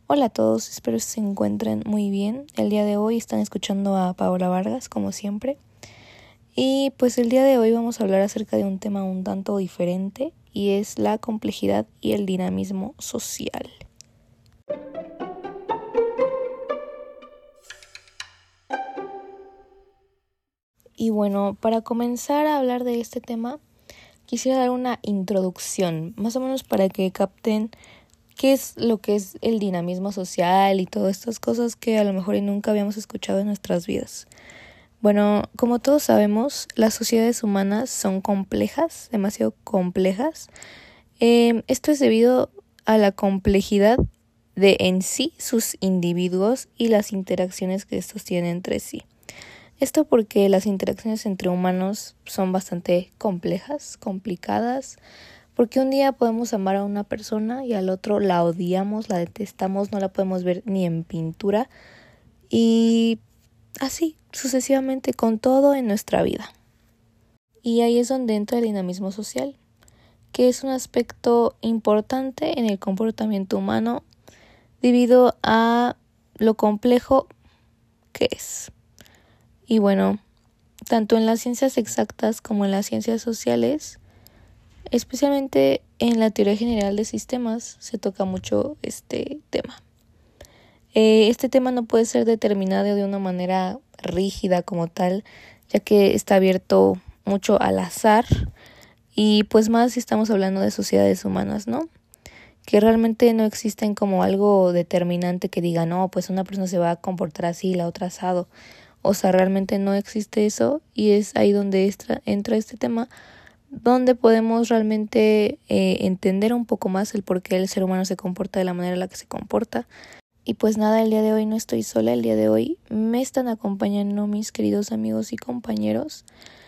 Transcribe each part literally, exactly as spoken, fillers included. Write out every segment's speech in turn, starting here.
Hola a todos, espero que se encuentren muy bien. El día de hoy están escuchando a Paola Vargas, como siempre. Y pues el día de hoy vamos a hablar acerca de un tema un tanto diferente y es la complejidad y el dinamismo social. Y bueno, para comenzar a hablar de este tema, quisiera dar una introducción, más o menos para que capten qué es lo que es el dinamismo social y todas estas cosas que a lo mejor nunca habíamos escuchado en nuestras vidas. Bueno, como todos sabemos, las sociedades humanas son complejas, demasiado complejas. Eh, esto es debido a la complejidad de en sí sus individuos y las interacciones que estos tienen entre sí. Esto porque las interacciones entre humanos son bastante complejas, complicadas, porque un día podemos amar a una persona y al otro la odiamos, la detestamos, no la podemos ver ni en pintura y así sucesivamente con todo en nuestra vida. Y ahí es donde entra el dinamismo social, que es un aspecto importante en el comportamiento humano debido a lo complejo que es. Y bueno, tanto en las ciencias exactas como en las ciencias sociales, especialmente en la teoría general de sistemas, se toca mucho este tema. Eh, este tema no puede ser determinado de una manera rígida como tal, ya que está abierto mucho al azar y pues más si estamos hablando de sociedades humanas, ¿no? Que realmente no existen como algo determinante que diga, no, pues una persona se va a comportar así, la otra asado. O sea, realmente no existe eso y es ahí donde extra, entra este tema, donde podemos realmente eh, entender un poco más el por qué el ser humano se comporta de la manera en la que se comporta. Y pues nada, el día de hoy no estoy sola, el día de hoy me están acompañando mis queridos amigos y compañeros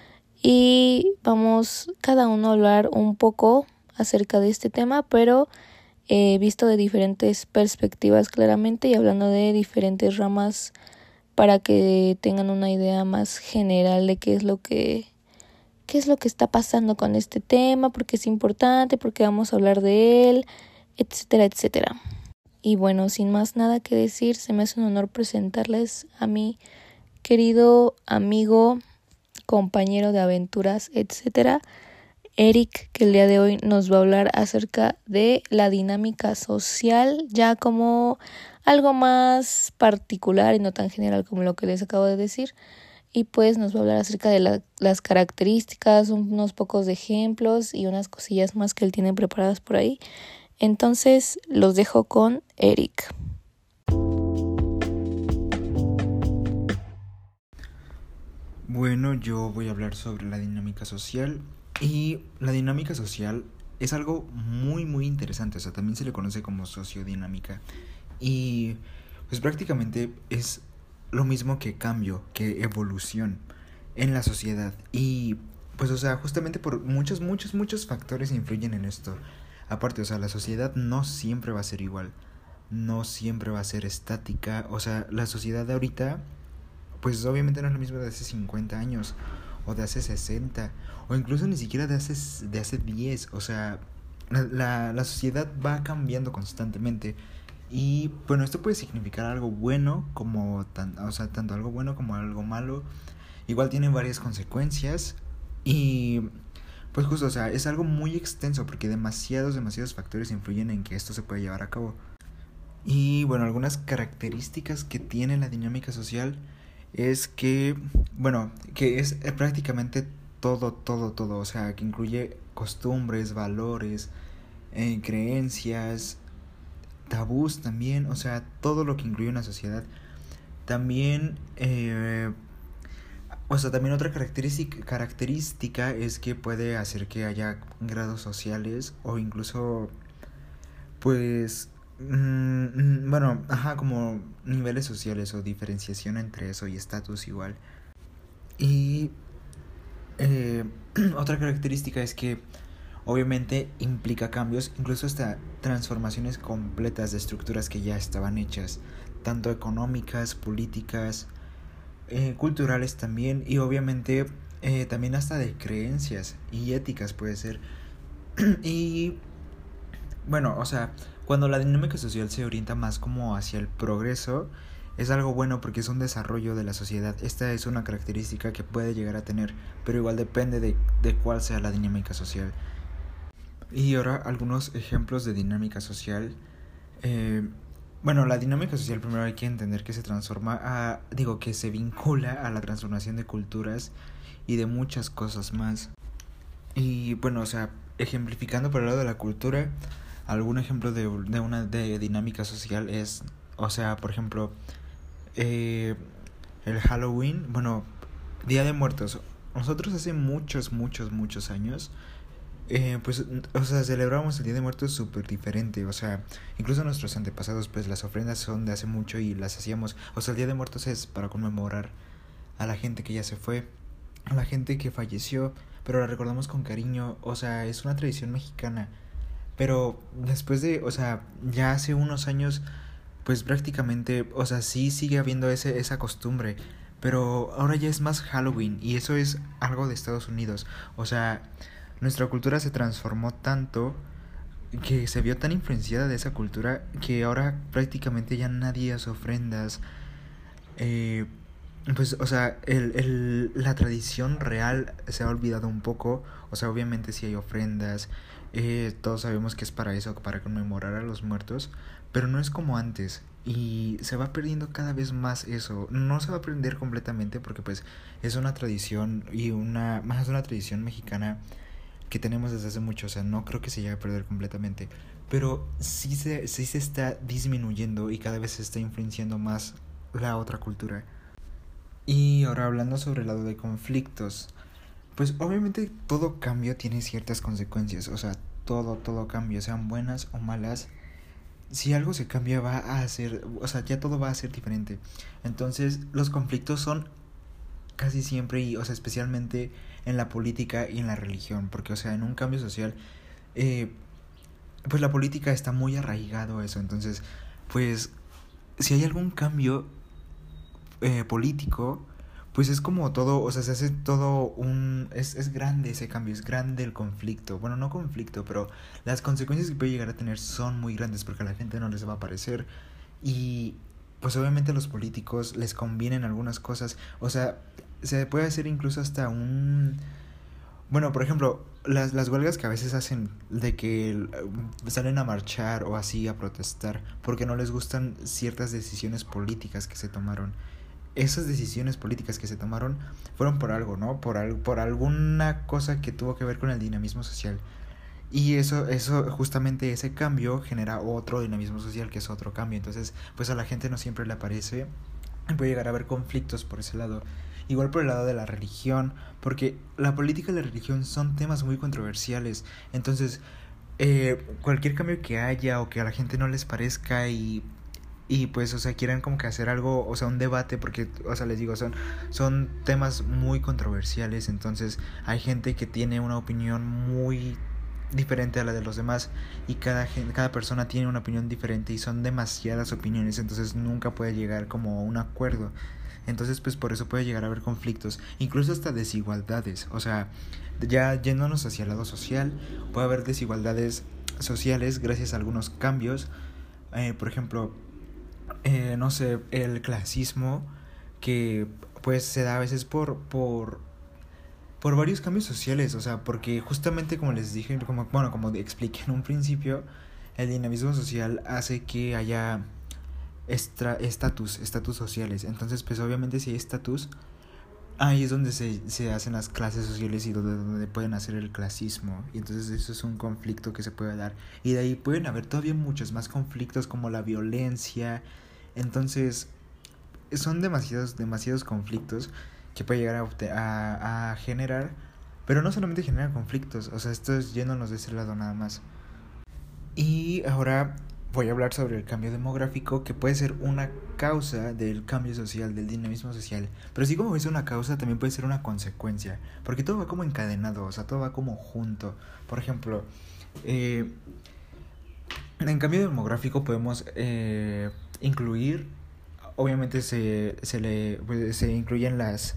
y vamos cada uno a hablar un poco acerca de este tema, pero eh, visto de diferentes perspectivas claramente y hablando de diferentes ramas para que tengan una idea más general de qué es lo que qué es lo que está pasando con este tema, por qué es importante, por qué vamos a hablar de él, etcétera, etcétera. Y bueno, sin más nada que decir, se me hace un honor presentarles a mi querido amigo, compañero de aventuras, etcétera, Eric, que el día de hoy nos va a hablar acerca de la dinámica social, ya como algo más particular y no tan general como lo que les acabo de decir. Y pues nos va a hablar acerca de la, las características, unos pocos de ejemplos y unas cosillas más que él tiene preparadas por ahí. Entonces los dejo con Eric. Bueno, yo voy a hablar sobre la dinámica social y la dinámica social es algo muy muy interesante, o sea, también se le conoce como sociodinámica y pues prácticamente es lo mismo que cambio, que evolución en la sociedad y pues o sea, justamente por muchos muchos muchos factores influyen en esto. Aparte, o sea, la sociedad no siempre va a ser igual, no siempre va a ser estática, o sea, la sociedad de ahorita pues obviamente no es lo mismo de hace cincuenta años o de hace sesenta o incluso ni siquiera de hace, de hace diez. O sea, la, la, la sociedad va cambiando constantemente y bueno, esto puede significar algo bueno como tan, o sea, tanto algo bueno como algo malo. Igual tiene varias consecuencias y pues justo, o sea, es algo muy extenso porque demasiados, demasiados factores influyen en que esto se pueda llevar a cabo. Y bueno, algunas características que tiene la dinámica social es que, bueno, que es prácticamente todo, todo, todo, o sea, que incluye costumbres, valores, eh, creencias, tabús también, o sea, todo lo que incluye una sociedad. También, eh, o sea, también otra característica, característica es que puede hacer que haya grados sociales o incluso, pues, Mm, bueno, ajá, como niveles sociales o diferenciación entre eso y estatus igual. Y eh, otra característica es que obviamente implica cambios, incluso hasta transformaciones completas de estructuras que ya estaban hechas, tanto económicas, políticas, eh, culturales también, y obviamente eh, también hasta de creencias y éticas puede ser. Y bueno, o sea, cuando la dinámica social se orienta más como hacia el progreso, es algo bueno porque es un desarrollo de la sociedad. Esta es una característica que puede llegar a tener, pero igual depende de, de cuál sea la dinámica social. Y ahora algunos ejemplos de dinámica social. Eh, bueno, la dinámica social primero hay que entender que se transforma a, digo, que se vincula a la transformación de culturas y de muchas cosas más. Y bueno, o sea, ejemplificando por el lado de la cultura, algún ejemplo de, de una de dinámica social es, o sea, por ejemplo, eh, el Halloween, bueno, Día de Muertos. Nosotros hace muchos, muchos, muchos años, eh, pues, o sea, celebramos el Día de Muertos súper diferente. O sea, incluso nuestros antepasados, pues las ofrendas son de hace mucho y las hacíamos. O sea, el Día de Muertos es para conmemorar a la gente que ya se fue, a la gente que falleció, pero la recordamos con cariño. O sea, es una tradición mexicana. Pero después de, o sea, ya hace unos años, pues prácticamente, o sea, sí sigue habiendo ese, esa costumbre, pero ahora ya es más Halloween y eso es algo de Estados Unidos. O sea, nuestra cultura se transformó tanto que se vio tan influenciada de esa cultura que ahora prácticamente ya nadie hace ofrendas. Eh, pues, o sea, el, el, la tradición real se ha olvidado un poco. O sea, obviamente sí hay ofrendas, eh, todos sabemos que es para eso, para conmemorar a los muertos, pero no es como antes y se va perdiendo cada vez más eso. No se va a perder completamente porque pues es una tradición y una más una tradición mexicana que tenemos desde hace mucho. O sea, no creo que se llegue a perder completamente, pero sí se, sí se está disminuyendo y cada vez se está influenciando más la otra cultura. Y ahora hablando sobre el lado de conflictos, pues obviamente todo cambio tiene ciertas consecuencias. O sea, todo, todo cambio, sean buenas o malas, si algo se cambia va a ser, o sea, ya todo va a ser diferente. Entonces los conflictos son casi siempre, y o sea, especialmente en la política y en la religión, porque o sea, en un cambio social, eh, pues la política está muy arraigado a eso. Entonces, pues si hay algún cambio eh, político, pues es como todo, o sea, se hace todo un... Es, es grande ese cambio, es grande el conflicto. Bueno, no conflicto, pero las consecuencias que puede llegar a tener son muy grandes porque a la gente no les va a parecer. Y pues obviamente a los políticos les convienen algunas cosas. O sea, se puede hacer incluso hasta un... Bueno, por ejemplo, las, las huelgas que a veces hacen de que uh, salen a marchar o así a protestar porque no les gustan ciertas decisiones políticas que se tomaron. Esas decisiones políticas que se tomaron fueron por algo, ¿no? Por, al, por alguna cosa que tuvo que ver con el dinamismo social. Y eso, eso, justamente ese cambio genera otro dinamismo social, que es otro cambio. Entonces, pues a la gente no siempre le parece. Puede llegar a haber conflictos por ese lado. Igual por el lado de la religión, porque la política y la religión son temas muy controversiales. Entonces, eh, cualquier cambio que haya o que a la gente no les parezca y... Y pues, o sea, quieren como que hacer algo, o sea, un debate, porque, o sea, les digo, son, son temas muy controversiales. Entonces hay gente que tiene una opinión muy diferente a la de los demás y cada, cada persona tiene una opinión diferente y son demasiadas opiniones. Entonces nunca puede llegar como a un acuerdo. Entonces, pues por eso puede llegar a haber conflictos, incluso hasta desigualdades. O sea, ya yéndonos hacia el lado social, puede haber desigualdades sociales gracias a algunos cambios. Eh, por ejemplo... Eh, no sé, el clasismo que pues se da a veces por por por varios cambios sociales. O sea, porque justamente como les dije, como bueno, como expliqué en un principio, el dinamismo social hace que haya estatus, estatus sociales. Entonces, pues obviamente si hay estatus, ahí es donde se, se hacen las clases sociales y donde, donde pueden hacer el clasismo. Y entonces eso es un conflicto que se puede dar. Y de ahí pueden haber todavía muchos más conflictos como la violencia. Entonces son demasiados, demasiados conflictos que puede llegar a, a, a generar. Pero no solamente genera conflictos, o sea, esto es yéndonos de ese lado nada más. Y ahora voy a hablar sobre el cambio demográfico, que puede ser una causa del cambio social, del dinamismo social. Pero así como es una causa, también puede ser una consecuencia, porque todo va como encadenado, o sea, todo va como junto. Por ejemplo, eh, en cambio demográfico podemos eh, incluir, obviamente se, se, le, pues, se incluyen las...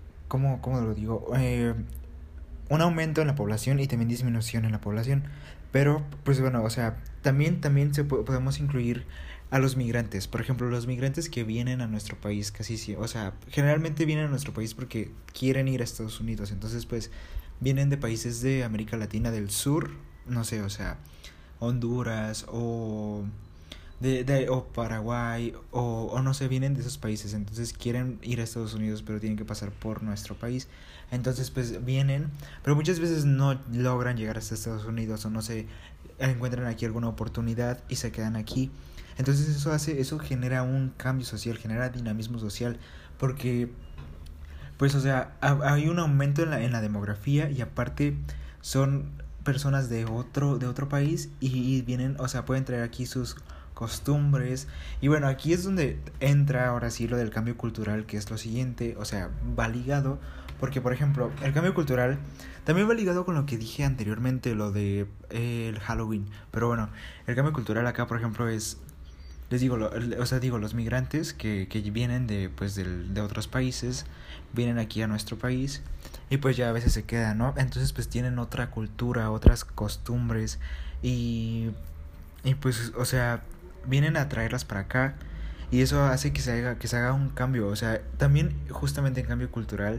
¿Cómo, cómo lo digo? Eh, un aumento en la población y también disminución en la población. Pero, pues bueno, o sea, también, también se po- podemos incluir a los migrantes. Por ejemplo, los migrantes que vienen a nuestro país casi sí, o sea, generalmente vienen a nuestro país porque quieren ir a Estados Unidos. Entonces, pues, vienen de países de América Latina del Sur, no sé, o sea, Honduras o de, de o Paraguay o, o no sé, vienen de esos países, entonces quieren ir a Estados Unidos pero tienen que pasar por nuestro país, entonces pues vienen, pero muchas veces no logran llegar hasta Estados Unidos o no sé, encuentran aquí alguna oportunidad y se quedan aquí, entonces eso hace, eso genera un cambio social, genera dinamismo social, porque pues o sea, hay un aumento en la, en la demografía y aparte son personas de otro, de otro país y vienen, o sea, pueden traer aquí sus costumbres. Y bueno, aquí es donde entra ahora sí lo del cambio cultural, que es lo siguiente, o sea, va ligado, porque por ejemplo, el cambio cultural también va ligado con lo que dije anteriormente, lo de eh, el Halloween. Pero bueno, el cambio cultural acá, por ejemplo, es les digo, lo, o sea, digo, los migrantes que, que vienen de, pues, del, de otros países, vienen aquí a nuestro país y pues ya a veces se quedan, ¿no? Entonces pues tienen otra cultura, otras costumbres y, y pues, o sea, vienen a traerlas para acá y eso hace que se haga, que se haga un cambio, o sea, también justamente en cambio cultural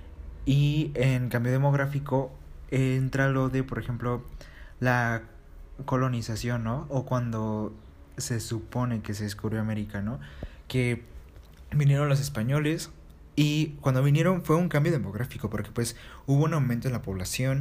y en cambio demográfico entra lo de, por ejemplo, la colonización, ¿no? O cuando se supone que se descubrió América, ¿no? Que vinieron los españoles y cuando vinieron fue un cambio demográfico porque pues hubo un aumento en la población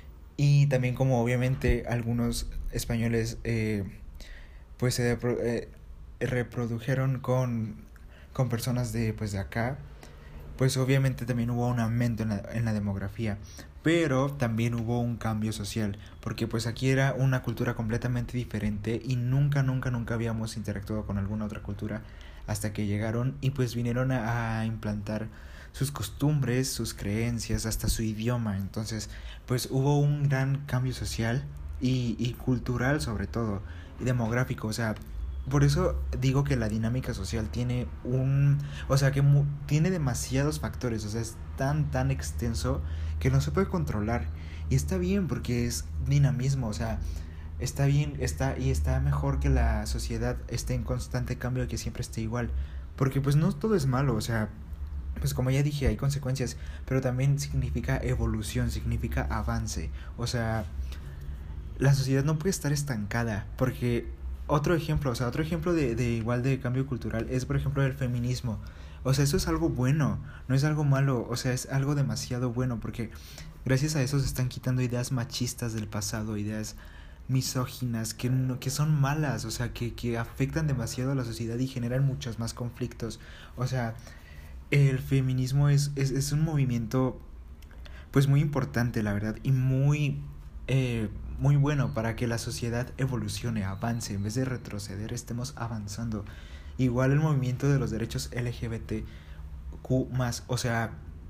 y también como obviamente algunos españoles eh, pues se eh, reprodujeron con, con personas de pues de acá, pues obviamente también hubo un aumento en la, en la demografía, pero también hubo un cambio social, porque pues aquí era una cultura completamente diferente y nunca, nunca, nunca habíamos interactuado con alguna otra cultura hasta que llegaron y pues vinieron a, a implantar sus costumbres, sus creencias, hasta su idioma, entonces pues hubo un gran cambio social y, y cultural sobre todo, y demográfico, o sea, por eso digo que la dinámica social tiene un, o sea, que mu- tiene demasiados factores, o sea, es tan, tan extenso que no se puede controlar. Y está bien porque es dinamismo, o sea, está bien, está y está mejor que la sociedad esté en constante cambio, que siempre esté igual. Porque pues no todo es malo, o sea, pues como ya dije, hay consecuencias, pero también significa evolución, significa avance. O sea, la sociedad no puede estar estancada, porque otro ejemplo, o sea, otro ejemplo de, de igual de cambio cultural es, por ejemplo, el feminismo. O sea, eso es algo bueno, no es algo malo, o sea, es algo demasiado bueno, porque gracias a eso se están quitando ideas machistas del pasado, ideas misóginas que, no, que son malas, o sea, que, que afectan demasiado a la sociedad y generan muchos más conflictos. O sea, el feminismo es, es, es un movimiento pues muy importante, la verdad, y muy eh, muy bueno para que la sociedad evolucione, avance, en vez de retroceder, estemos avanzando. Igual el movimiento de los derechos L G B T Q más, o sea,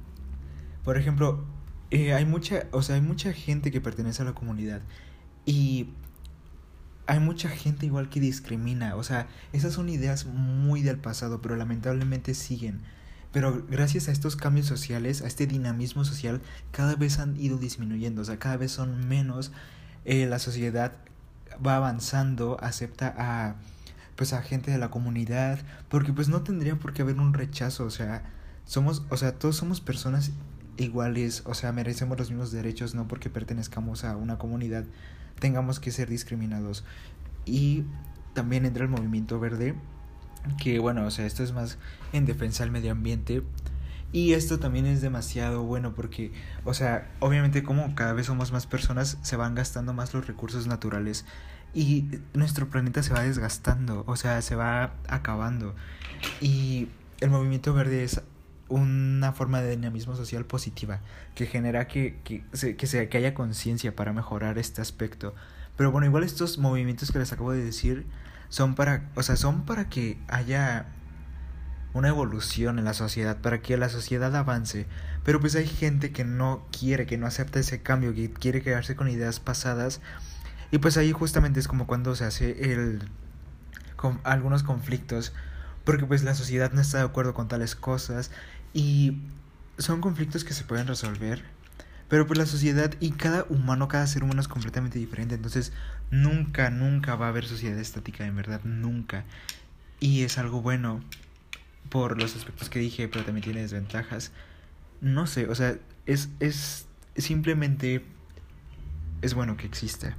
por ejemplo, eh, hay mucha, o sea, hay mucha gente que pertenece a la comunidad y hay mucha gente igual que discrimina, o sea, esas son ideas muy del pasado, pero lamentablemente siguen. Pero gracias a estos cambios sociales, a este dinamismo social, cada vez han ido disminuyendo, o sea, cada vez son menos, eh, la sociedad va avanzando, acepta a pues a gente de la comunidad, porque pues no tendría por qué haber un rechazo, o sea, somos, o sea, todos somos personas iguales, o sea, merecemos los mismos derechos, no porque pertenezcamos a una comunidad tengamos que ser discriminados. Y también entra el movimiento verde, que bueno, o sea, esto es más en defensa del medio ambiente. Y esto también es demasiado bueno porque, o sea, obviamente como cada vez somos más personas, se van gastando más los recursos naturales y nuestro planeta se va desgastando, o sea, se va acabando. Y el movimiento verde es una forma de dinamismo social positiva que genera que, que, se, que, se, que haya conciencia para mejorar este aspecto. Pero bueno, igual estos movimientos que les acabo de decir son para, o sea, son para que haya una evolución en la sociedad, para que la sociedad avance, pero pues hay gente que no quiere, que no acepta ese cambio, que quiere quedarse con ideas pasadas, y pues ahí justamente es como cuando se hace el con algunos conflictos, porque pues la sociedad no está de acuerdo con tales cosas, y son conflictos que se pueden resolver, Pero pues la sociedad y cada humano, cada ser humano es completamente diferente. Entonces nunca, nunca va a haber sociedad estática, en verdad, nunca. Y es algo bueno por los aspectos que dije, pero también tiene desventajas. No sé, o sea, es, es simplemente es bueno que exista.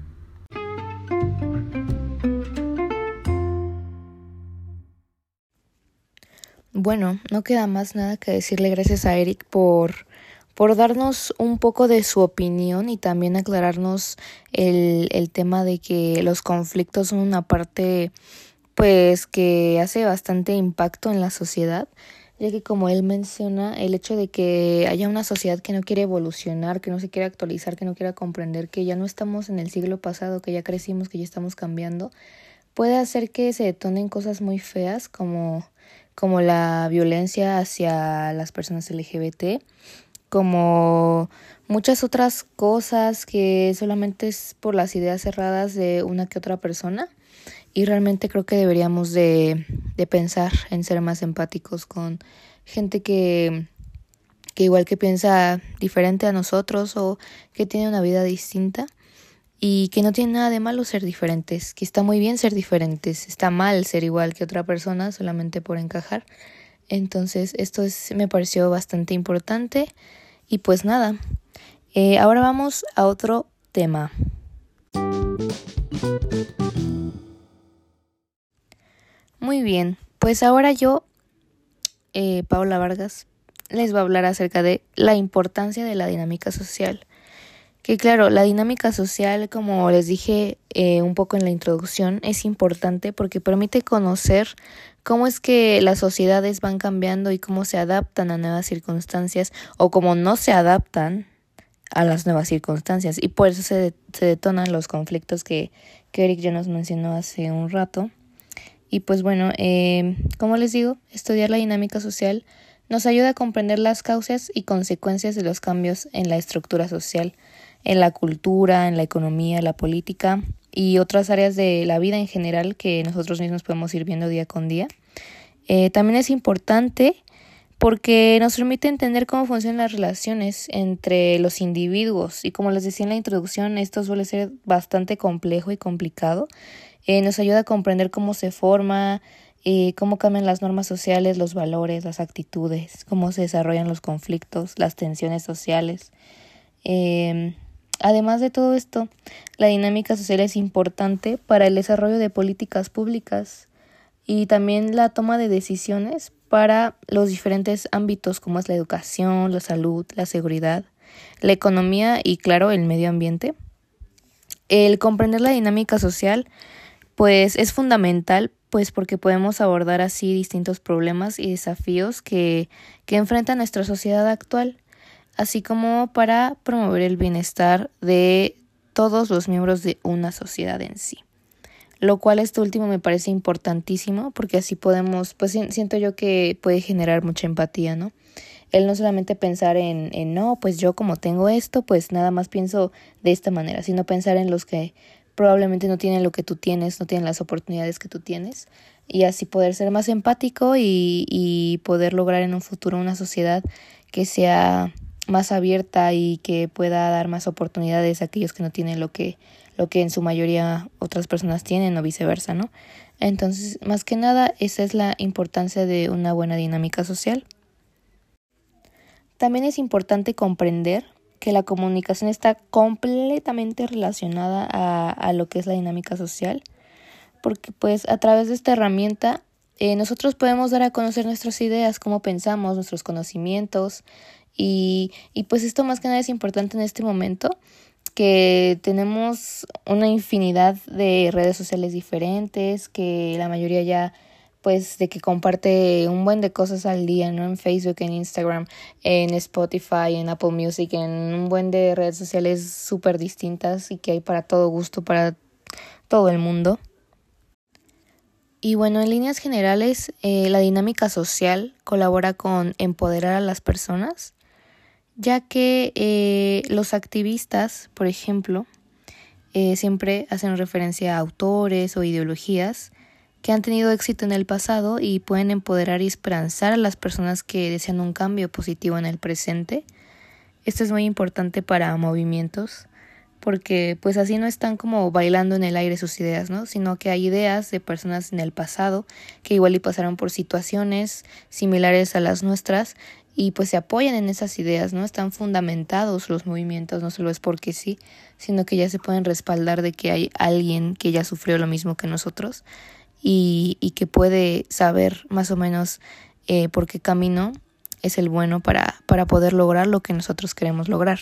Bueno, no queda más nada que decirle gracias a Eric por, por darnos un poco de su opinión y también aclararnos el, el tema de que los conflictos son una parte pues que hace bastante impacto en la sociedad, ya que como él menciona, el hecho de que haya una sociedad que no quiere evolucionar, que no se quiere actualizar, que no quiera comprender que ya no estamos en el siglo pasado, que ya crecimos, que ya estamos cambiando, puede hacer que se detonen cosas muy feas como, como la violencia hacia las personas L G B T, como muchas otras cosas que solamente es por las ideas cerradas de una que otra persona. Y realmente creo que deberíamos de, de pensar en ser más empáticos con gente que, que igual que piensa diferente a nosotros o que tiene una vida distinta y que no tiene nada de malo ser diferentes, que está muy bien ser diferentes, está mal ser igual que otra persona solamente por encajar. Entonces esto es, me pareció bastante importante y pues nada, eh, ahora vamos a otro tema. Muy bien, pues ahora yo, eh, Paula Vargas, les voy a hablar acerca de la importancia de la dinámica social. Que claro, la dinámica social, como les dije eh, un poco en la introducción, es importante porque permite conocer cómo es que las sociedades van cambiando y cómo se adaptan a nuevas circunstancias o cómo no se adaptan a las nuevas circunstancias. Y por eso se, se detonan los conflictos que, que Eric ya nos mencionó hace un rato. Y pues bueno, eh, como les digo, estudiar la dinámica social nos ayuda a comprender las causas y consecuencias de los cambios en la estructura social, en la cultura, en la economía, la política y otras áreas de la vida en general que nosotros mismos podemos ir viendo día con día. Eh, también es importante porque nos permite entender cómo funcionan las relaciones entre los individuos y como les decía en la introducción, esto suele ser bastante complejo y complicado. Eh, nos ayuda a comprender cómo se forma, eh, cómo cambian las normas sociales, los valores, las actitudes, cómo se desarrollan los conflictos, las tensiones sociales. Eh, además de todo esto, la dinámica social es importante para el desarrollo de políticas públicas y también la toma de decisiones para los diferentes ámbitos como es la educación, la salud, la seguridad, la economía y, claro, el medio ambiente. El comprender la dinámica social pues es fundamental, pues porque podemos abordar así distintos problemas y desafíos que, que enfrenta nuestra sociedad actual, así como para promover el bienestar de todos los miembros de una sociedad en sí. Lo cual esto último me parece importantísimo porque así podemos, pues siento yo que puede generar mucha empatía, ¿no? El no solamente pensar en, en no, pues yo como tengo esto, pues nada más pienso de esta manera, sino pensar en los que probablemente no tienen lo que tú tienes, no tienen las oportunidades que tú tienes y así poder ser más empático y, y poder lograr en un futuro una sociedad que sea más abierta y que pueda dar más oportunidades a aquellos que no tienen lo que, lo que en su mayoría otras personas tienen o viceversa, ¿no? Entonces, más que nada, esa es la importancia de una buena dinámica social. También es importante comprender que la comunicación está completamente relacionada a, a lo que es la dinámica social, porque pues a través de esta herramienta eh, nosotros podemos dar a conocer nuestras ideas, cómo pensamos, nuestros conocimientos y, y pues esto más que nada es importante en este momento, que tenemos una infinidad de redes sociales diferentes, que la mayoría ya pues de que comparte un buen de cosas al día, ¿no? En Facebook, en Instagram, en Spotify, en Apple Music, en un buen de redes sociales súper distintas y que hay para todo gusto, para todo el mundo. Y bueno, en líneas generales, eh, la dinámica social colabora con empoderar a las personas, ya que eh, los activistas, por ejemplo, eh, siempre hacen referencia a autores o ideologías que han tenido éxito en el pasado y pueden empoderar y esperanzar a las personas que desean un cambio positivo en el presente. Esto es muy importante para movimientos, porque pues así no están como bailando en el aire sus ideas, ¿no? Sino que hay ideas de personas en el pasado que igual y pasaron por situaciones similares a las nuestras y pues se apoyan en esas ideas, ¿no? Están fundamentados los movimientos, no solo es porque sí, sino que ya se pueden respaldar de que hay alguien que ya sufrió lo mismo que nosotros y, y que puede saber más o menos eh, por qué camino es el bueno para, para poder lograr lo que nosotros queremos lograr.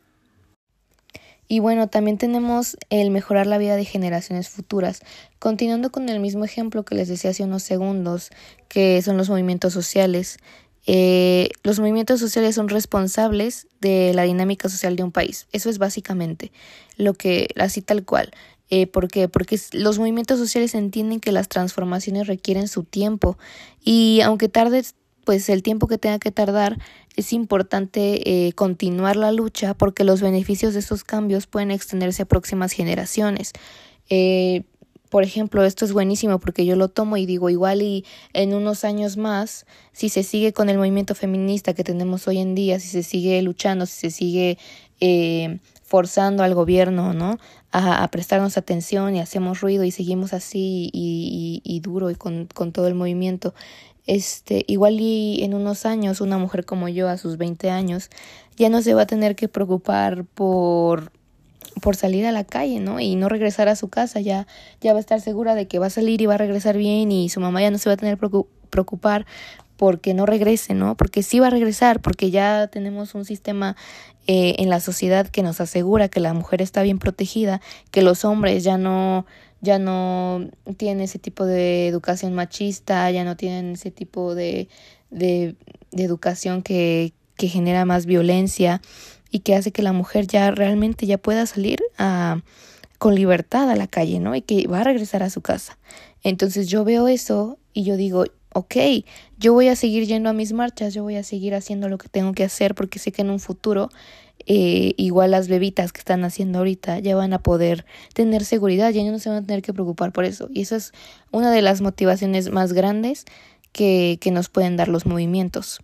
Y bueno, también tenemos el mejorar la vida de generaciones futuras. Continuando con el mismo ejemplo que les decía hace unos segundos, que son los movimientos sociales. Eh, los movimientos sociales son responsables de la dinámica social de un país. Eso es básicamente lo que, así tal cual. Eh, ¿Por qué? Porque los movimientos sociales entienden que las transformaciones requieren su tiempo y aunque tarde pues el tiempo que tenga que tardar, es importante eh, continuar la lucha porque los beneficios de estos cambios pueden extenderse a próximas generaciones. Eh, por ejemplo, esto es buenísimo porque yo lo tomo y digo igual y en unos años más, si se sigue con el movimiento feminista que tenemos hoy en día, si se sigue luchando, si se sigue eh, forzando al gobierno, ¿no? A, a prestarnos atención y hacemos ruido y seguimos así y, y, y duro y con, con todo el movimiento. Este, igual y en unos años una mujer como yo a sus veinte años ya no se va a tener que preocupar por, por salir a la calle, ¿no? Y no regresar a su casa, ya, ya va a estar segura de que va a salir y va a regresar bien y su mamá ya no se va a tener que preocupar porque no regrese, ¿no? Porque sí va a regresar, porque ya tenemos un sistema eh, en la sociedad que nos asegura que la mujer está bien protegida, que los hombres ya no... ya no tienen ese tipo de educación machista, ya no tienen ese tipo de, de, de educación que, que genera más violencia y que hace que la mujer ya realmente ya pueda salir a, con libertad a la calle, ¿no? Y que va a regresar a su casa. Entonces yo veo eso y yo digo, ok, yo voy a seguir yendo a mis marchas, yo voy a seguir haciendo lo que tengo que hacer porque sé que en un futuro Eh, igual las bebitas que están haciendo ahorita ya van a poder tener seguridad, ya no se van a tener que preocupar por eso. Y eso es una de las motivaciones más grandes que, que nos pueden dar los movimientos.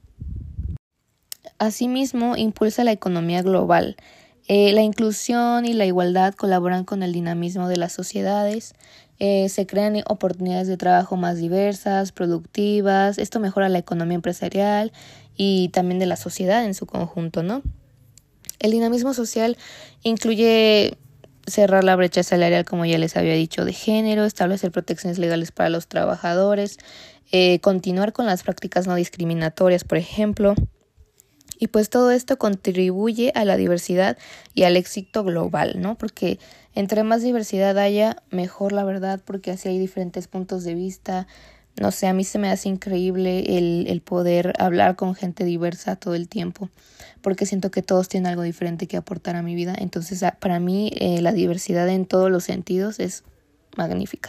Asimismo, impulsa la economía global. Eh, la inclusión y la igualdad colaboran con el dinamismo de las sociedades. Eh, se crean oportunidades de trabajo más diversas, productivas. Esto mejora la economía empresarial y también de la sociedad en su conjunto, ¿no? El dinamismo social incluye cerrar la brecha salarial, como ya les había dicho, de género, establecer protecciones legales para los trabajadores, eh, continuar con las prácticas no discriminatorias, por ejemplo. Y pues todo esto contribuye a la diversidad y al éxito global, ¿no? Porque entre más diversidad haya, mejor la verdad, porque así hay diferentes puntos de vista. No sé, a mí se me hace increíble el, el poder hablar con gente diversa todo el tiempo, porque siento que todos tienen algo diferente que aportar a mi vida. Entonces, para mí, eh, la diversidad en todos los sentidos es magnífica.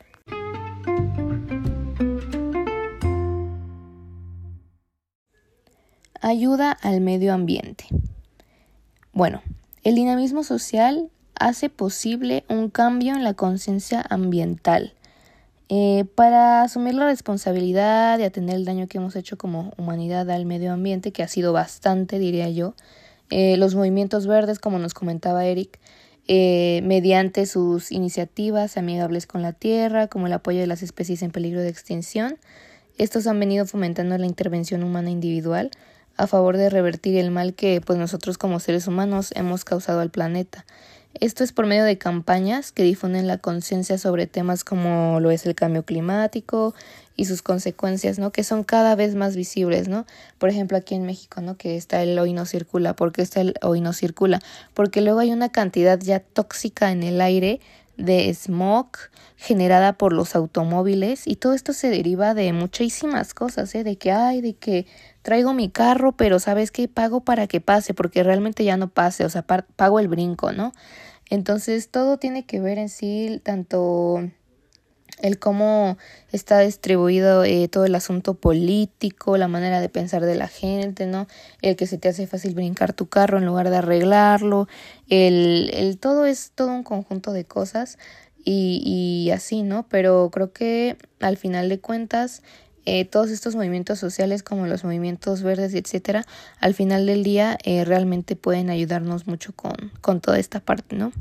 Ayuda al medio ambiente. Bueno, el dinamismo social hace posible un cambio en la conciencia ambiental. Eh, para asumir la responsabilidad de atender el daño que hemos hecho como humanidad al medio ambiente, que ha sido bastante, diría yo, eh, los movimientos verdes, como nos comentaba Eric, eh, mediante sus iniciativas amigables con la tierra, como el apoyo de las especies en peligro de extinción, estos han venido fomentando la intervención humana individual a favor de revertir el mal que pues nosotros como seres humanos hemos causado al planeta. Esto es por medio de campañas que difunden la conciencia sobre temas como lo es el cambio climático y sus consecuencias, ¿no? Que son cada vez más visibles, ¿no? Por ejemplo, aquí en México, ¿no? Que está el hoy no circula. ¿Por qué está el hoy no circula? Porque luego hay una cantidad ya tóxica en el aire de smog generada por los automóviles y todo esto se deriva de muchísimas cosas, ¿eh? De que ay, de que traigo mi carro, pero ¿sabes qué? Pago para que pase, porque realmente ya no pase, o sea, par- pago el brinco, ¿no? Entonces, todo tiene que ver en sí, tanto el cómo está distribuido eh, todo el asunto político, la manera de pensar de la gente, ¿no? El que se te hace fácil brincar tu carro en lugar de arreglarlo, el, el todo es todo un conjunto de cosas y, y así, ¿no? Pero creo que al final de cuentas eh, todos estos movimientos sociales como los movimientos verdes, etcétera, al final del día eh, realmente pueden ayudarnos mucho con, con toda esta parte, ¿no?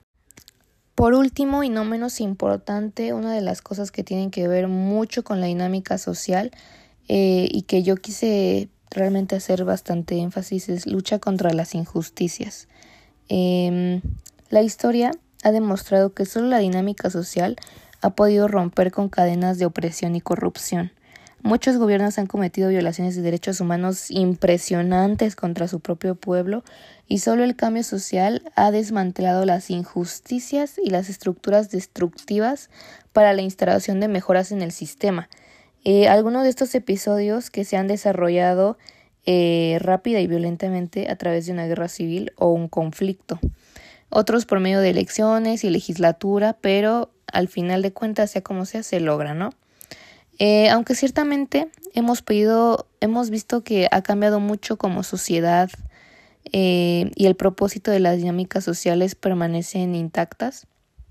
Por último y no menos importante, una de las cosas que tienen que ver mucho con la dinámica social eh, y que yo quise realmente hacer bastante énfasis es lucha contra las injusticias. Eh, la historia ha demostrado que solo la dinámica social ha podido romper con cadenas de opresión y corrupción. Muchos gobiernos han cometido violaciones de derechos humanos impresionantes contra su propio pueblo y solo el cambio social ha desmantelado las injusticias y las estructuras destructivas para la instalación de mejoras en el sistema. Eh, algunos de estos episodios que se han desarrollado eh, rápida y violentamente a través de una guerra civil o un conflicto. Otros por medio de elecciones y legislatura, pero al final de cuentas, sea como sea, se logra, ¿no? Eh, aunque ciertamente hemos pedido, hemos visto que ha cambiado mucho como sociedad eh, y el propósito de las dinámicas sociales permanecen intactas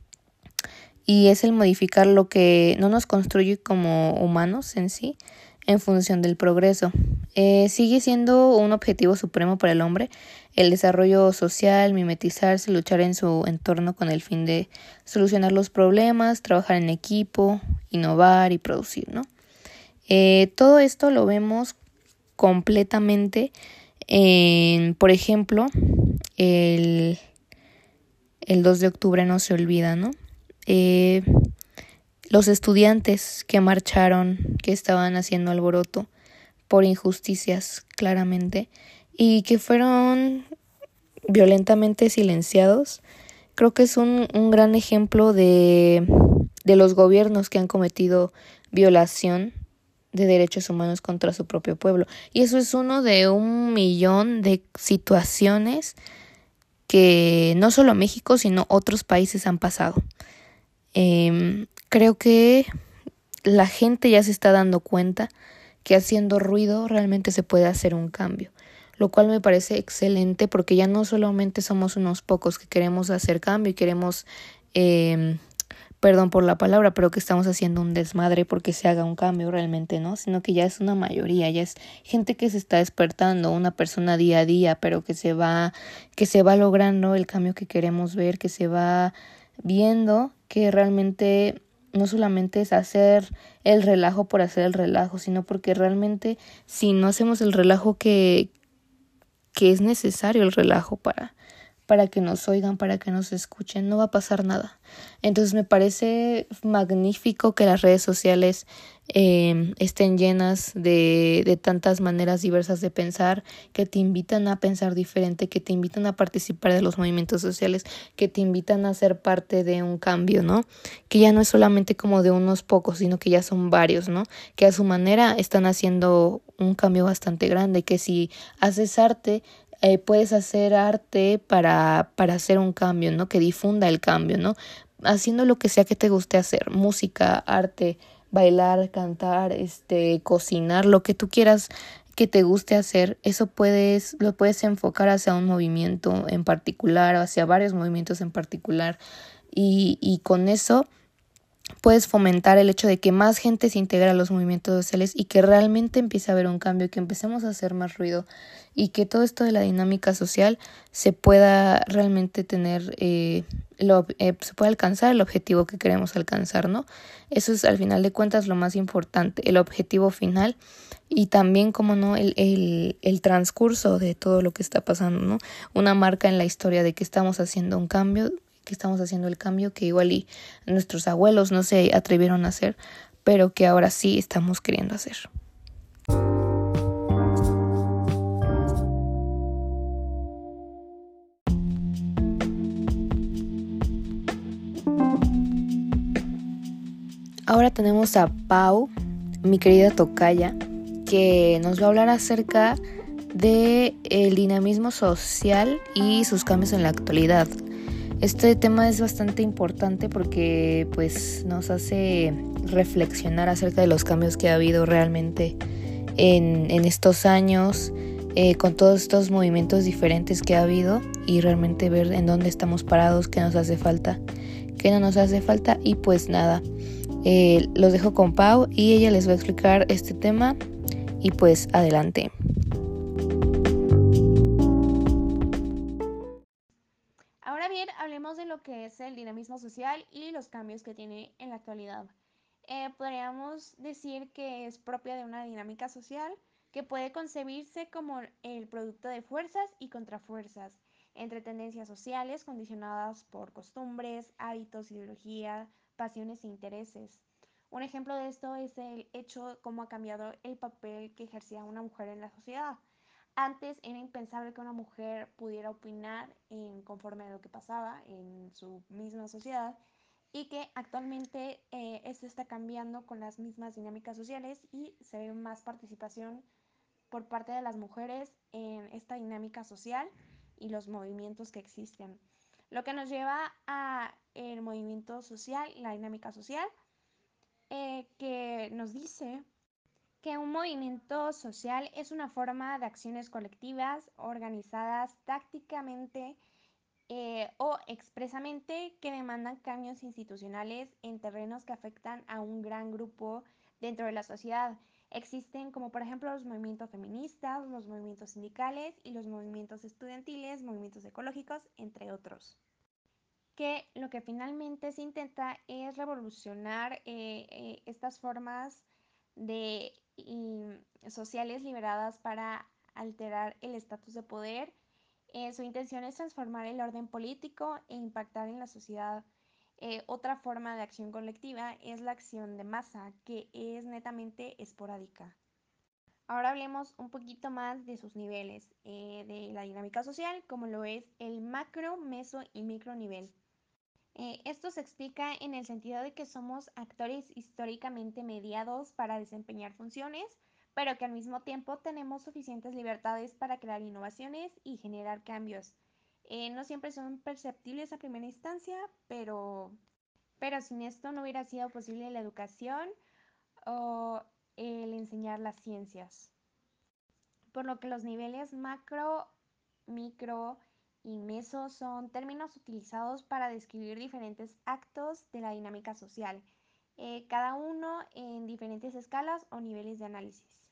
y es el modificar lo que no nos construye como humanos en sí en función del progreso. Eh, sigue siendo un objetivo supremo para el hombre el desarrollo social, mimetizarse, luchar en su entorno con el fin de solucionar los problemas, trabajar en equipo, innovar y producir, ¿no? Eh, todo esto lo vemos completamente en, por ejemplo, el, el dos de octubre no se olvida, ¿no? Eh, los estudiantes que marcharon, que estaban haciendo alboroto por injusticias, claramente, y que fueron violentamente silenciados, creo que es un, un gran ejemplo de, de los gobiernos que han cometido violación de derechos humanos contra su propio pueblo. Y eso es uno de un millón de situaciones que no solo México, sino otros países han pasado. Eh, creo que la gente ya se está dando cuenta que haciendo ruido realmente se puede hacer un cambio, lo cual me parece excelente porque ya no solamente somos unos pocos que queremos hacer cambio y queremos, eh, perdón por la palabra, pero que estamos haciendo un desmadre porque se haga un cambio realmente, ¿no? Sino que ya es una mayoría, ya es gente que se está despertando, una persona día a día, pero que se va, que se va logrando el cambio que queremos ver, que se va viendo que realmente no solamente es hacer el relajo por hacer el relajo, sino porque realmente si no hacemos el relajo que, que es necesario el relajo para, para que nos oigan, para que nos escuchen, no va a pasar nada. Entonces me parece magnífico que las redes sociales eh, estén llenas de, de tantas maneras diversas de pensar, que te invitan a pensar diferente, que te invitan a participar de los movimientos sociales, que te invitan a ser parte de un cambio, ¿no? Que ya no es solamente como de unos pocos, sino que ya son varios, ¿no? Que a su manera están haciendo un cambio bastante grande, que si haces arte, Eh, puedes hacer arte para, para hacer un cambio, ¿no? Que difunda el cambio, ¿no? Haciendo lo que sea que te guste hacer, música, arte, bailar, cantar, este, cocinar, lo que tú quieras que te guste hacer, eso puedes, lo puedes enfocar hacia un movimiento en particular, hacia varios movimientos en particular, y, y con eso puedes fomentar el hecho de que más gente se integre a los movimientos sociales y que realmente empiece a haber un cambio, que empecemos a hacer más ruido y que todo esto de la dinámica social se pueda realmente tener, eh, lo, eh, se pueda alcanzar el objetivo que queremos alcanzar, ¿no? Eso es al final de cuentas lo más importante, el objetivo final y también, como no, el, el, el transcurso de todo lo que está pasando, ¿no? Una marca en la historia de que estamos haciendo un cambio, que estamos haciendo el cambio que igual y nuestros abuelos no se atrevieron a hacer, pero que ahora sí estamos queriendo hacer. Ahora tenemos a Pau, mi querida tocaya, que nos va a hablar acerca de el dinamismo social y sus cambios en la actualidad. Este tema es bastante importante porque pues nos hace reflexionar acerca de los cambios que ha habido realmente en, en estos años, eh, con todos estos movimientos diferentes que ha habido y realmente ver en dónde estamos parados, qué nos hace falta, qué no nos hace falta y pues nada. Eh, los dejo con Pau y ella les va a explicar este tema y pues adelante. Ahora bien, hablemos de lo que es el dinamismo social y los cambios que tiene en la actualidad. Eh, podríamos decir que es propia de una dinámica social que puede concebirse como el producto de fuerzas y contrafuerzas entre tendencias sociales condicionadas por costumbres, hábitos, ideología, pasiones e intereses. Un ejemplo de esto es el hecho de cómo ha cambiado el papel que ejercía una mujer en la sociedad. Antes era impensable que una mujer pudiera opinar en conforme a lo que pasaba en su misma sociedad y que actualmente eh, esto está cambiando con las mismas dinámicas sociales y se ve más participación por parte de las mujeres en esta dinámica social y los movimientos que existen. Lo que nos lleva a el movimiento social, la dinámica social, eh, que nos dice que un movimiento social es una forma de acciones colectivas organizadas tácticamente eh, o expresamente que demandan cambios institucionales en terrenos que afectan a un gran grupo dentro de la sociedad. Existen como por ejemplo los movimientos feministas, los movimientos sindicales y los movimientos estudiantiles, movimientos ecológicos, entre otros. Que lo que finalmente se intenta es revolucionar eh, eh, estas formas de y, sociales liberadas para alterar el estatus de poder. Eh, su intención es transformar el orden político e impactar en la sociedad. Eh, otra forma de acción colectiva es la acción de masa, que es netamente esporádica. Ahora hablemos un poquito más de sus niveles eh, de la dinámica social, como lo es el macro, meso y micro nivel. Eh, esto se explica en el sentido de que somos actores históricamente mediados para desempeñar funciones, pero que al mismo tiempo tenemos suficientes libertades para crear innovaciones y generar cambios. Eh, no siempre son perceptibles a primera instancia, pero, pero sin esto no hubiera sido posible la educación o el enseñar las ciencias. Por lo que los niveles macro, micro y meso son términos utilizados para describir diferentes actos de la dinámica social, eh, cada uno en diferentes escalas o niveles de análisis.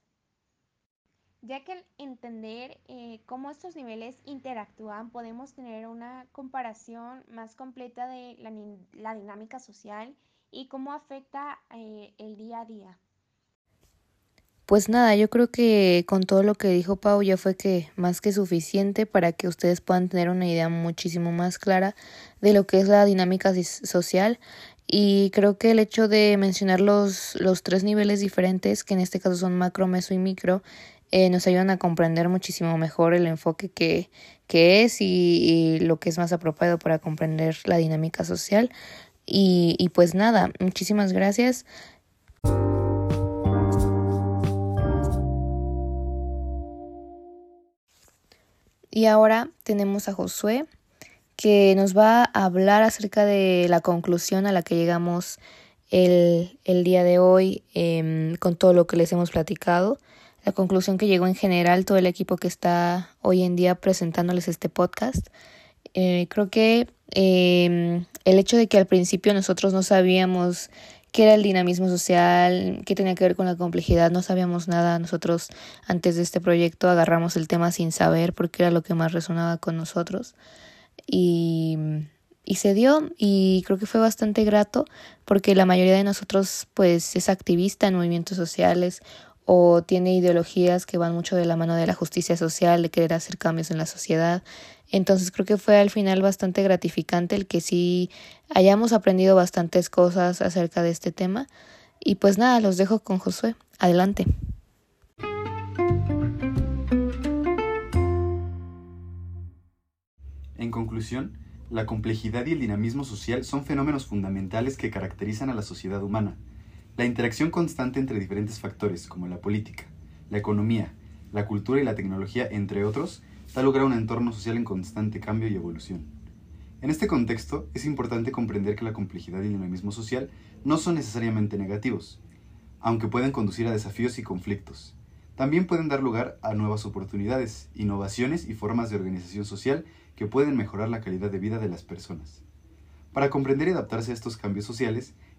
Ya que al entender eh, cómo estos niveles interactúan, podemos tener una comparación más completa de la, la dinámica social y cómo afecta eh, el día a día. Pues nada, yo creo que con todo lo que dijo Pau ya fue que más que suficiente para que ustedes puedan tener una idea muchísimo más clara de lo que es la dinámica social. Y creo que el hecho de mencionar los, los tres niveles diferentes, que en este caso son macro, meso y micro, eh, nos ayudan a comprender muchísimo mejor el enfoque que, que es y, y lo que es más apropiado para comprender la dinámica social. Y, y pues nada, muchísimas gracias. Y ahora tenemos a Josué, que nos va a hablar acerca de la conclusión a la que llegamos el, el día de hoy eh, con todo lo que les hemos platicado. La conclusión que llegó en general todo el equipo que está hoy en día presentándoles este podcast. Eh, creo que eh, el hecho de que al principio nosotros no sabíamos qué era el dinamismo social, qué tenía que ver con la complejidad, no sabíamos nada. Nosotros antes de este proyecto agarramos el tema sin saber porque era lo que más resonaba con nosotros y, y se dio y creo que fue bastante grato porque la mayoría de nosotros pues es activista en movimientos sociales o tiene ideologías que van mucho de la mano de la justicia social, de querer hacer cambios en la sociedad. Entonces creo que fue al final bastante gratificante el que sí hayamos aprendido bastantes cosas acerca de este tema. Y pues nada, los dejo con Josué. Adelante. En conclusión, la complejidad y el dinamismo social son fenómenos fundamentales que caracterizan a la sociedad humana. La interacción constante entre diferentes factores, como la política, la economía, la cultura y la tecnología, entre otros, da lugar a un entorno social en constante cambio y evolución. En este contexto, es importante comprender que la complejidad y el dinamismo social no son necesariamente negativos, aunque pueden conducir a desafíos y conflictos. También pueden dar lugar a nuevas oportunidades, innovaciones y formas de organización social que pueden mejorar la calidad de vida de las personas. Para comprender y adaptarse a estos cambios sociales,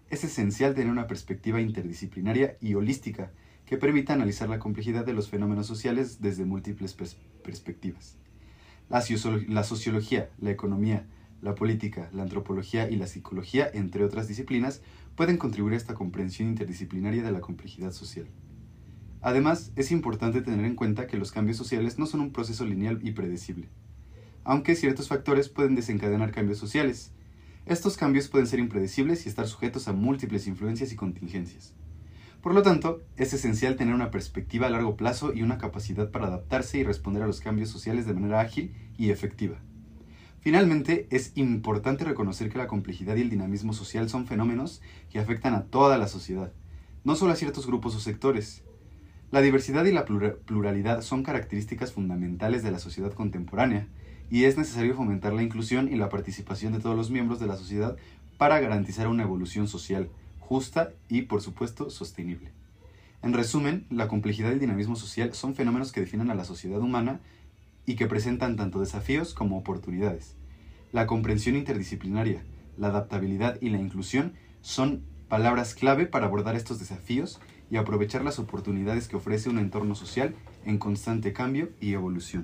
es esencial tener una perspectiva interdisciplinaria y holística que permita analizar la complejidad de los fenómenos sociales desde múltiples pers- perspectivas. La, socio- la sociología, la economía, la política, la antropología y la psicología, entre otras disciplinas, pueden contribuir a esta comprensión interdisciplinaria de la complejidad social. Además, es importante tener en cuenta que los cambios sociales no son un proceso lineal y predecible, aunque ciertos factores pueden desencadenar cambios sociales. Estos cambios pueden ser impredecibles y estar sujetos a múltiples influencias y contingencias. Por lo tanto, es esencial tener una perspectiva a largo plazo y una capacidad para adaptarse y responder a los cambios sociales de manera ágil y efectiva. Finalmente, es importante reconocer que la complejidad y el dinamismo social son fenómenos que afectan a toda la sociedad, no solo a ciertos grupos o sectores. La diversidad y la pluralidad son características fundamentales de la sociedad contemporánea, y es necesario fomentar la inclusión y la participación de todos los miembros de la sociedad para garantizar una evolución social justa y, por supuesto, sostenible. En resumen, la complejidad y el dinamismo social son fenómenos que definen a la sociedad humana y que presentan tanto desafíos como oportunidades. La comprensión interdisciplinaria, la adaptabilidad y la inclusión son palabras clave para abordar estos desafíos y aprovechar las oportunidades que ofrece un entorno social en constante cambio y evolución.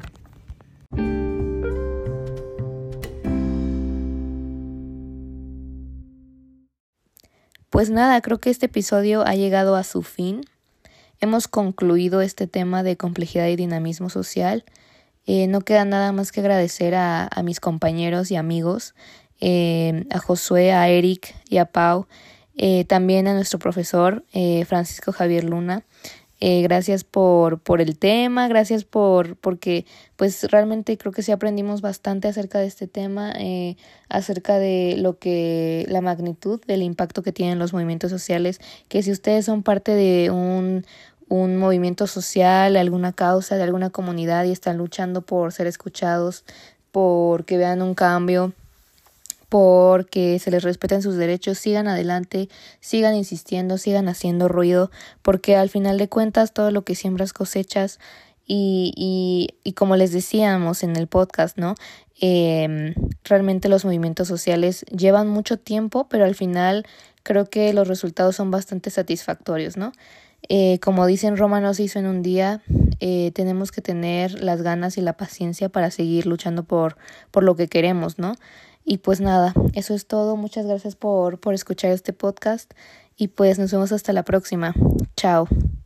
Pues nada, creo que este episodio ha llegado a su fin. Hemos concluido este tema de complejidad y dinamismo social. Eh, no queda nada más que agradecer a, a mis compañeros y amigos, eh, a Josué, a Eric y a Pau, eh, también a nuestro profesor eh, Francisco Javier Luna. Eh, gracias por, por el tema, gracias por porque pues realmente creo que sí aprendimos bastante acerca de este tema, eh, acerca de lo que, la magnitud del impacto que tienen los movimientos sociales, que si ustedes son parte de un, un movimiento social, de alguna causa, de alguna comunidad y están luchando por ser escuchados, por que vean un cambio, porque se les respeten sus derechos, sigan adelante, sigan insistiendo, sigan haciendo ruido, porque al final de cuentas todo lo que siembras cosechas y, y, y como les decíamos en el podcast, ¿no? Eh, realmente los movimientos sociales llevan mucho tiempo, pero al final creo que los resultados son bastante satisfactorios, ¿no? Eh, como dicen, Roma no se hizo en un día, eh, tenemos que tener las ganas y la paciencia para seguir luchando por, por lo que queremos, ¿no? Y pues nada, eso es todo. Muchas gracias por, por escuchar este podcast y pues nos vemos hasta la próxima. Chao.